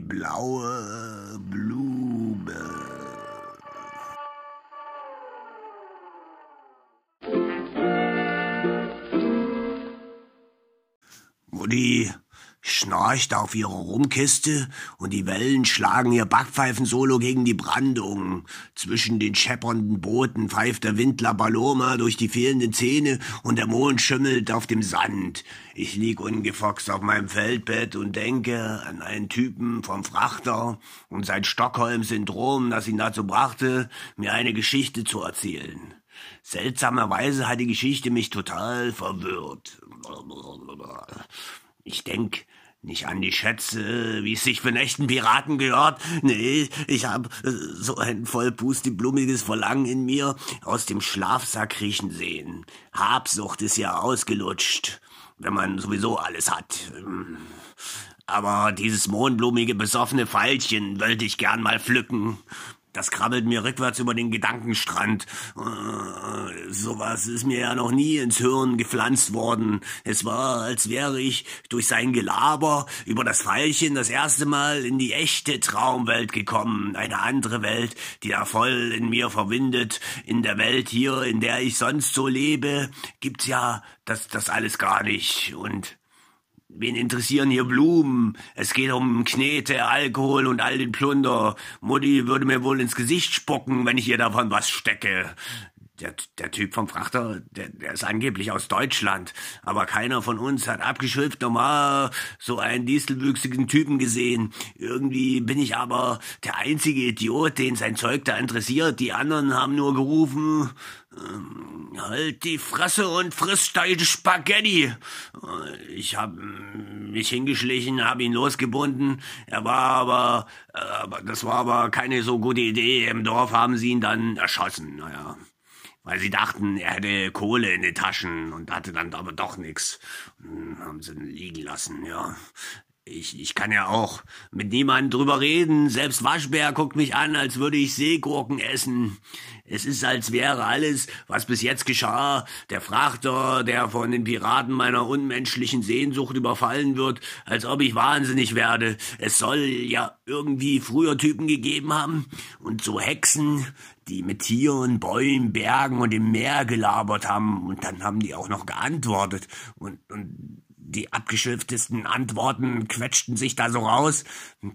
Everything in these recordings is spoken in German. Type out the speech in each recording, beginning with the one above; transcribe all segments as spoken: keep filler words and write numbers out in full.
blaue Blume. Mutti schnarcht auf ihrer Rumkiste und die Wellen schlagen ihr Backpfeifensolo gegen die Brandung. Zwischen den scheppernden Booten pfeift der Wind La Paloma durch die fehlenden Zähne und der Mond schimmelt auf dem Sand. Ich lieg ungefoxt auf meinem Feldbett und denke an einen Typen vom Frachter und sein Stockholm-Syndrom, das ihn dazu brachte, mir eine Geschichte zu erzählen. Seltsamerweise hat die Geschichte mich total verwirrt. Ich denk nicht an die Schätze, wie es sich für einen echten Piraten gehört. Nee, ich hab so ein vollpusteblumiges Verlangen in mir aus dem Schlafsack kriechen sehen. Habsucht ist ja ausgelutscht, wenn man sowieso alles hat. Aber dieses mohnblumige, besoffene Veilchen wollte ich gern mal pflücken. Das krabbelt mir rückwärts über den Gedankenstrand. Äh, sowas ist mir ja noch nie ins Hirn gepflanzt worden. Es war, als wäre ich durch sein Gelaber über das Veilchen das erste Mal in die echte Traumwelt gekommen. Eine andere Welt, die da voll in mir verwindet. In der Welt hier, in der ich sonst so lebe, gibt's ja das, das alles gar nicht. Und wen interessieren hier Blumen? Es geht um Knete, Alkohol und all den Plunder. Mutti würde mir wohl ins Gesicht spucken, wenn ich ihr davon was stecke. Der, der Typ vom Frachter, der, der ist angeblich aus Deutschland, aber keiner von uns hat abgeschöpft nochmal so einen distelwüchsigen Typen gesehen. Irgendwie bin ich aber der einzige Idiot, den sein Zeug da interessiert. Die anderen haben nur gerufen, ähm, halt die Fresse und friss deine Spaghetti. Ich hab mich hingeschlichen, hab ihn losgebunden. Er war aber, aber, das war aber keine so gute Idee. Im Dorf haben sie ihn dann erschossen, naja. Weil sie dachten, er hätte Kohle in den Taschen und hatte dann aber doch nix. Und haben sie ihn liegen lassen, ja. Ich, ich kann ja auch mit niemandem drüber reden. Selbst Waschbär guckt mich an, als würde ich Seegurken essen. Es ist, als wäre alles, was bis jetzt geschah, der Frachter, der von den Piraten meiner unmenschlichen Sehnsucht überfallen wird, als ob ich wahnsinnig werde. Es soll ja irgendwie früher Typen gegeben haben und so Hexen, die mit Tieren, Bäumen, Bergen und dem Meer gelabert haben. Und dann haben die auch noch geantwortet. Und, und die abgeschrifteten Antworten quetschten sich da so raus.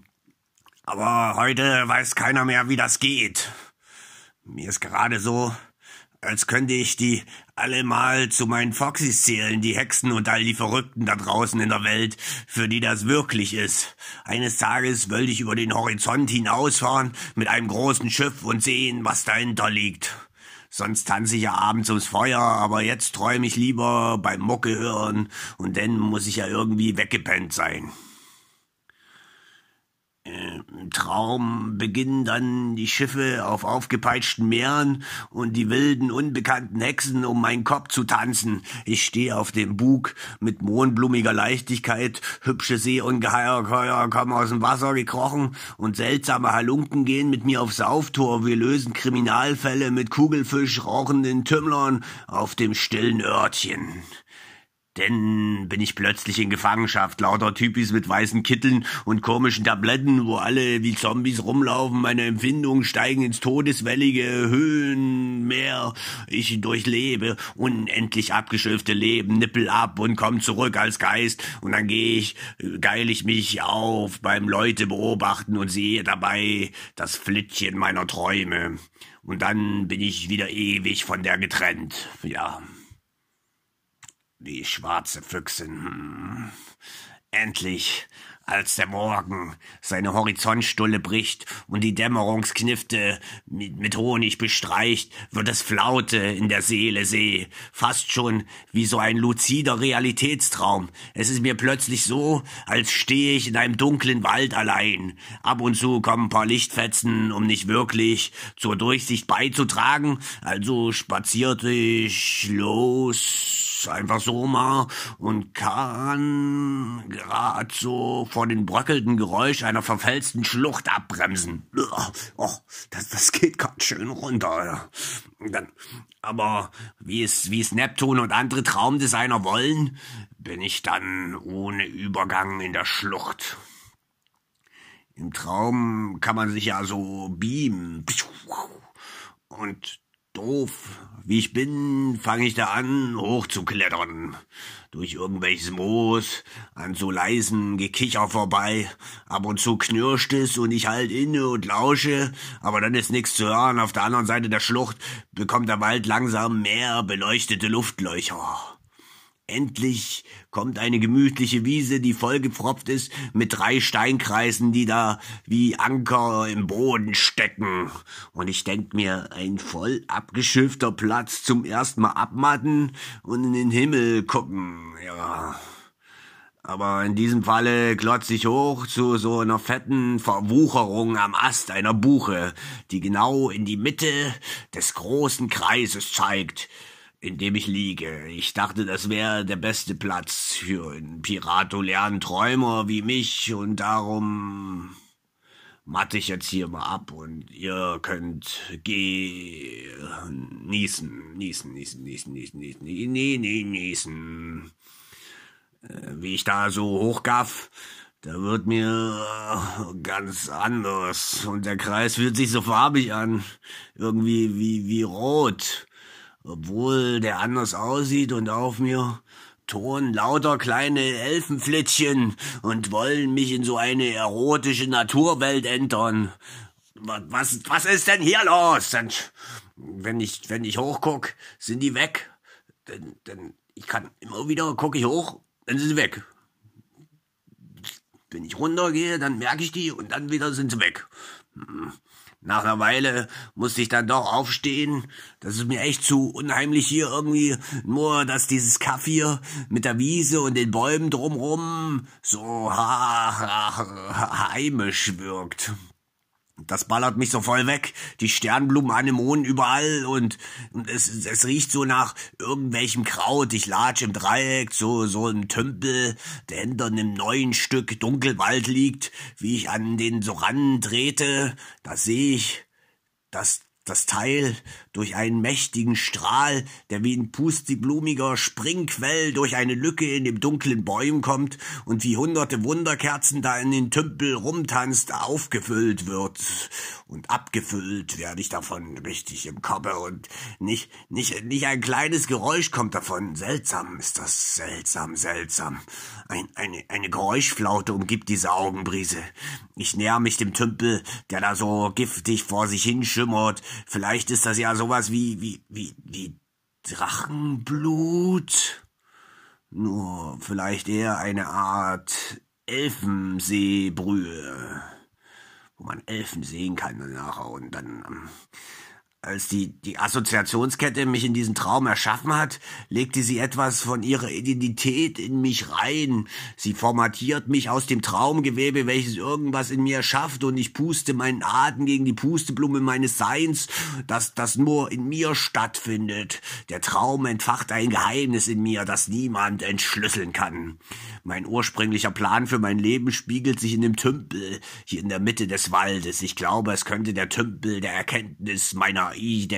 Aber heute weiß keiner mehr, wie das geht. Mir ist gerade so, als könnte ich die alle mal zu meinen Foxys zählen, die Hexen und all die Verrückten da draußen in der Welt, für die das wirklich ist. Eines Tages wollte ich über den Horizont hinausfahren mit einem großen Schiff und sehen, was dahinter liegt. Sonst tanze ich ja abends ums Feuer, aber jetzt träume ich lieber beim Mucke hören und dann muss ich ja irgendwie weggepennt sein. Im Traum beginnen dann die Schiffe auf aufgepeitschten Meeren und die wilden, unbekannten Hexen um meinen Kopf zu tanzen. Ich stehe auf dem Bug mit mohnblumiger Leichtigkeit, hübsche Seeungeheuer kommen aus dem Wasser gekrochen und seltsame Halunken gehen mit mir aufs Sauftor. Wir lösen Kriminalfälle mit Kugelfisch rauchenden Tümmlern auf dem stillen Örtchen. Denn bin ich plötzlich in Gefangenschaft, lauter Typis mit weißen Kitteln und komischen Tabletten, wo alle wie Zombies rumlaufen. Meine Empfindungen steigen ins todeswellige Höhenmeer. Ich durchlebe unendlich abgeschürfte Leben, nippel ab und komm zurück als Geist. Und dann gehe ich, geil ich mich auf beim Leute beobachten und sehe dabei das Flittchen meiner Träume. Und dann bin ich wieder ewig von der getrennt, ja. Die schwarze Füchsin. Hm. Endlich, als der Morgen seine Horizontstulle bricht und die Dämmerungsknifte mit, mit Honig bestreicht, wird es Flaute in der Seele See, fast schon wie so ein luzider Realitätstraum. Es ist mir plötzlich so, als stehe ich in einem dunklen Wald allein. Ab und zu kommen ein paar Lichtfetzen, um nicht wirklich zur Durchsicht beizutragen, also spazierte ich los, einfach so mal, und kann grad so vor dem bröckelnden Geräusch einer verfälschten Schlucht abbremsen. Oh, das, das geht ganz schön runter. Dann, aber wie es, wie es Neptun und andere Traumdesigner wollen, bin ich dann ohne Übergang in der Schlucht. Im Traum kann man sich ja so beamen. Und doof, wie ich bin, fange ich da an, hochzuklettern. Durch irgendwelches Moos, an so leisen Gekicher vorbei. Ab und zu knirscht es und ich halt inne und lausche, aber dann ist nichts zu hören. Auf der anderen Seite der Schlucht bekommt der Wald langsam mehr beleuchtete Luftlöcher. Endlich kommt eine gemütliche Wiese, die vollgepfropft ist mit drei Steinkreisen, die da wie Anker im Boden stecken. Und ich denk mir, ein voll abgeschiffter Platz zum ersten Mal abmatten und in den Himmel gucken, ja. Aber in diesem Falle klotz ich hoch zu so einer fetten Verwucherung am Ast einer Buche, die genau in die Mitte des großen Kreises zeigt, in dem ich liege. Ich dachte, das wäre der beste Platz für einen piratolären Träumer wie mich und darum matte ich jetzt hier mal ab und ihr könnt genießen, niesen, niesen, niesen, niesen, niesen, niesen, nee, nee, niesen. Wie ich da so hochgaff, da wird mir ganz anders und der Kreis fühlt sich so farbig an, irgendwie wie, wie rot. Obwohl der anders aussieht und auf mir turnen lauter kleine Elfenflittchen und wollen mich in so eine erotische Naturwelt entern. Was, was ist denn hier los? Und wenn ich, wenn ich hochguck, sind die weg. Denn, denn ich kann immer wieder, gucke ich hoch, dann sind sie weg. Wenn ich runtergehe, dann merke ich die und dann wieder sind sie weg. Nach einer Weile musste ich dann doch aufstehen. Das ist mir echt zu unheimlich hier irgendwie. Nur, dass dieses Kaff hier mit der Wiese und den Bäumen drumrum so ha ha heimisch wirkt. Das ballert mich so voll weg. Die Sternblumenanemonen überall und, und es, es riecht so nach irgendwelchem Kraut. Ich latsch im Dreieck, so, so ein Tümpel, der hinter einem neuen Stück Dunkelwald liegt. Wie ich an den so rantrete, da sehe ich, dass das Teil durch einen mächtigen Strahl, der wie ein pusteblumiger Springquell durch eine Lücke in dem dunklen Bäumen kommt und wie hunderte Wunderkerzen da in den Tümpel rumtanzt, aufgefüllt wird. Und abgefüllt werde ich davon richtig im Körper und nicht, nicht, nicht ein kleines Geräusch kommt davon. Seltsam ist das, seltsam, seltsam. Ein, eine, eine Geräuschflaute umgibt diese Augenbrise. Ich näher mich dem Tümpel, der da so giftig vor sich hinschimmert. Vielleicht ist das ja sowas wie, wie, wie, wie Drachenblut. Nur vielleicht eher eine Art Elfenseebrühe, wo man Elfen sehen kann danach und dann, ähm, als die, die Assoziationskette mich in diesen Traum erschaffen hat, legte sie etwas von ihrer Identität in mich rein. Sie formatiert mich aus dem Traumgewebe, welches irgendwas in mir schafft, und ich puste meinen Atem gegen die Pusteblume meines Seins, dass das nur in mir stattfindet. Der Traum entfacht ein Geheimnis in mir, das niemand entschlüsseln kann. Mein ursprünglicher Plan für mein Leben spiegelt sich in dem Tümpel, hier in der Mitte des Waldes. Ich glaube, es könnte der Tümpel der Erkenntnis meiner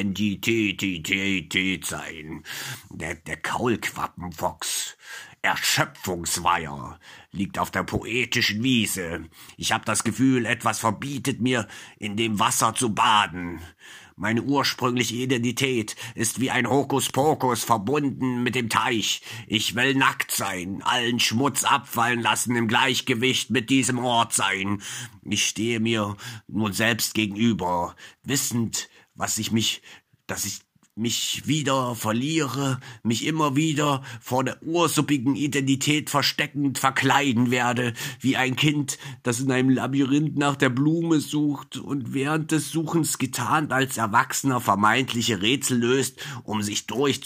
Identität sein. Der, der Kaulquappenfox, Erschöpfungsweiher, liegt auf der poetischen Wiese. Ich habe das Gefühl, etwas verbietet mir, in dem Wasser zu baden. Meine ursprüngliche Identität ist wie ein Hokuspokus verbunden mit dem Teich. Ich will nackt sein, allen Schmutz abfallen lassen, im Gleichgewicht mit diesem Ort sein. Ich stehe mir nun selbst gegenüber, wissend, was ich mich, dass ich mich wieder verliere, mich immer wieder vor der ursuppigen Identität versteckend verkleiden werde, wie ein Kind, das in einem Labyrinth nach der Blume sucht und während des Suchens getarnt als Erwachsener vermeintliche Rätsel löst, um sich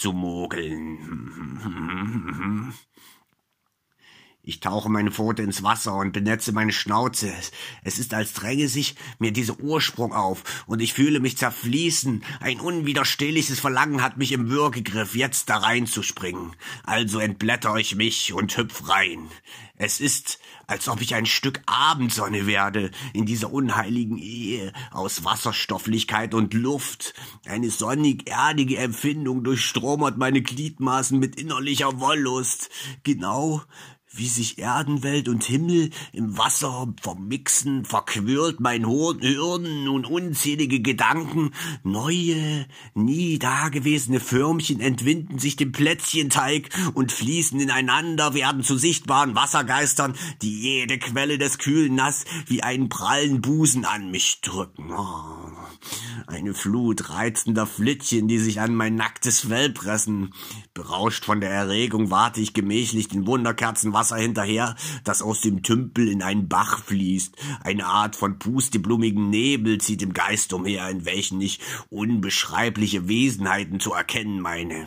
durchzumogeln. Ich tauche meine Pfote ins Wasser und benetze meine Schnauze. Es ist, als dränge sich mir dieser Ursprung auf, und ich fühle mich zerfließen. Ein unwiderstehliches Verlangen hat mich im Würgegriff, jetzt da reinzuspringen. Also entblätter ich mich und hüpf rein. Es ist, als ob ich ein Stück Abendsonne werde, in dieser unheiligen Ehe aus Wasserstofflichkeit und Luft. Eine sonnig-erdige Empfindung durchstromert meine Gliedmaßen mit innerlicher Wollust. Genau wie sich Erdenwelt und Himmel im Wasser vermixen, verquirlt mein Hirn nun unzählige Gedanken, neue, nie dagewesene Förmchen entwinden sich dem Plätzchenteig und fließen ineinander, werden zu sichtbaren Wassergeistern, die jede Quelle des kühlen Nass wie einen prallen Busen an mich drücken. Oh, eine Flut reizender Flittchen, die sich an mein nacktes Fell pressen. Berauscht von der Erregung warte ich gemächlich den Wunderkerzenwasser hinterher, das aus dem Tümpel in einen Bach fließt. Eine Art von pusteblumigen Nebel zieht im Geist umher, in welchen ich unbeschreibliche Wesenheiten zu erkennen meine.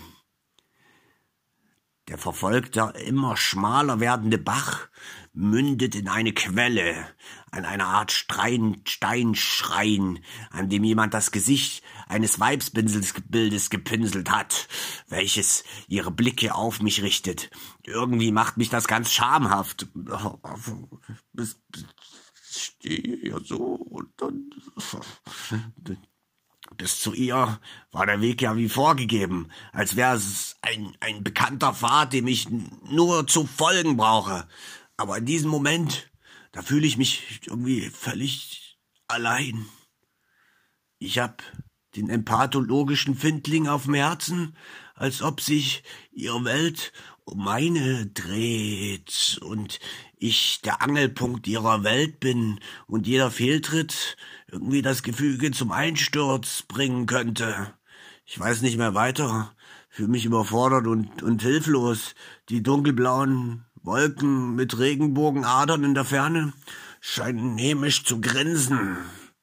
Der verfolgte, immer schmaler werdende Bach mündet in eine Quelle, an einer Art Stein, Steinschrein, an dem jemand das Gesicht eines Weibsbildes gepinselt hat, welches ihre Blicke auf mich richtet. Irgendwie macht mich das ganz schamhaft. Bis, bis, ich stehe hier so und dann... Bis zu ihr war der Weg ja wie vorgegeben, als wäre es ein, ein bekannter Pfad, dem ich nur zu folgen brauche. Aber in diesem Moment, da fühle ich mich irgendwie völlig allein. Ich hab den empathologischen Findling auf dem Herzen, als ob sich ihre Welt um meine dreht und ich der Angelpunkt ihrer Welt bin und jeder Fehltritt irgendwie das Gefüge zum Einsturz bringen könnte. Ich weiß nicht mehr weiter, fühle mich überfordert und, und hilflos. Die dunkelblauen Wolken mit Regenbogenadern in der Ferne scheinen hämisch zu grinsen.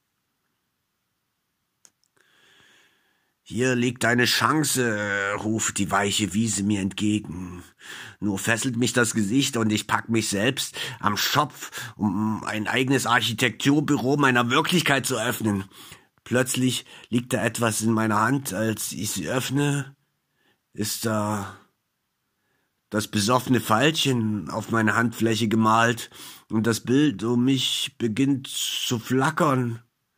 »Hier liegt eine Chance«, ruft die weiche Wiese mir entgegen. Nur fesselt mich das Gesicht und ich pack mich selbst am Schopf, um ein eigenes Architekturbüro meiner Wirklichkeit zu öffnen. Plötzlich liegt da etwas in meiner Hand, als ich sie öffne, ist da das besoffene Veilchen auf meine Handfläche gemalt und das Bild um mich beginnt zu flackern.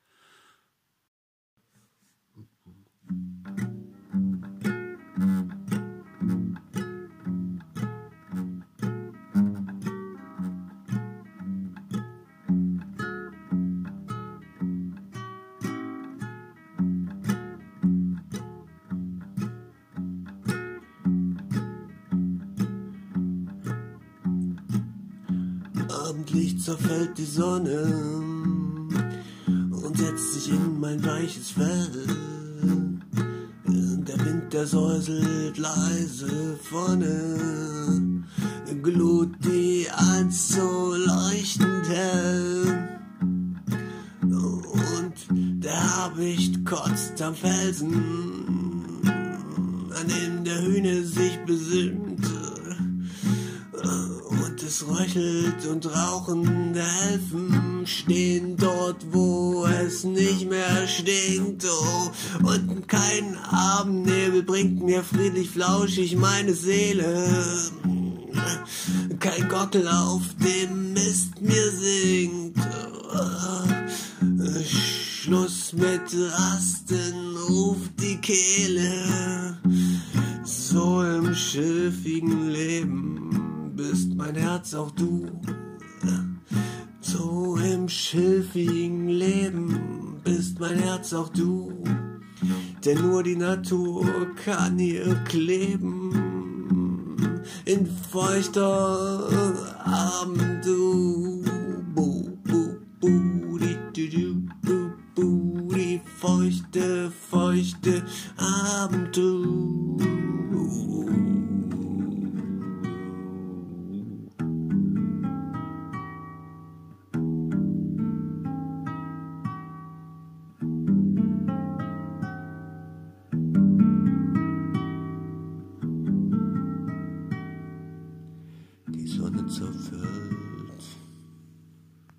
Abendlich zerfällt die Sonne und setzt sich in mein weiches Fell. Der Wind, der säuselt leise vorne, glut die einst so leuchtend hell. Und der Habicht kotzt am Felsen, an dem der Hühne sich besinnt. Es röchelt und rauchende Elfen stehen dort, wo es nicht mehr stinkt. Oh, und kein Abendnebel bringt mir friedlich flauschig meine Seele. Kein Gockel auf dem Mist mir singt. Schluss mit Rasten, ruft die Kehle. So im schiffigen Leben bist mein Herz auch du, so im schilfigen Leben bist mein Herz auch du, denn nur die Natur kann hier kleben, in feuchter Abendruhe, bu, bu, bu, di, di, du, bu, bu, die feuchte, feuchte Abendruhe. Zerfällt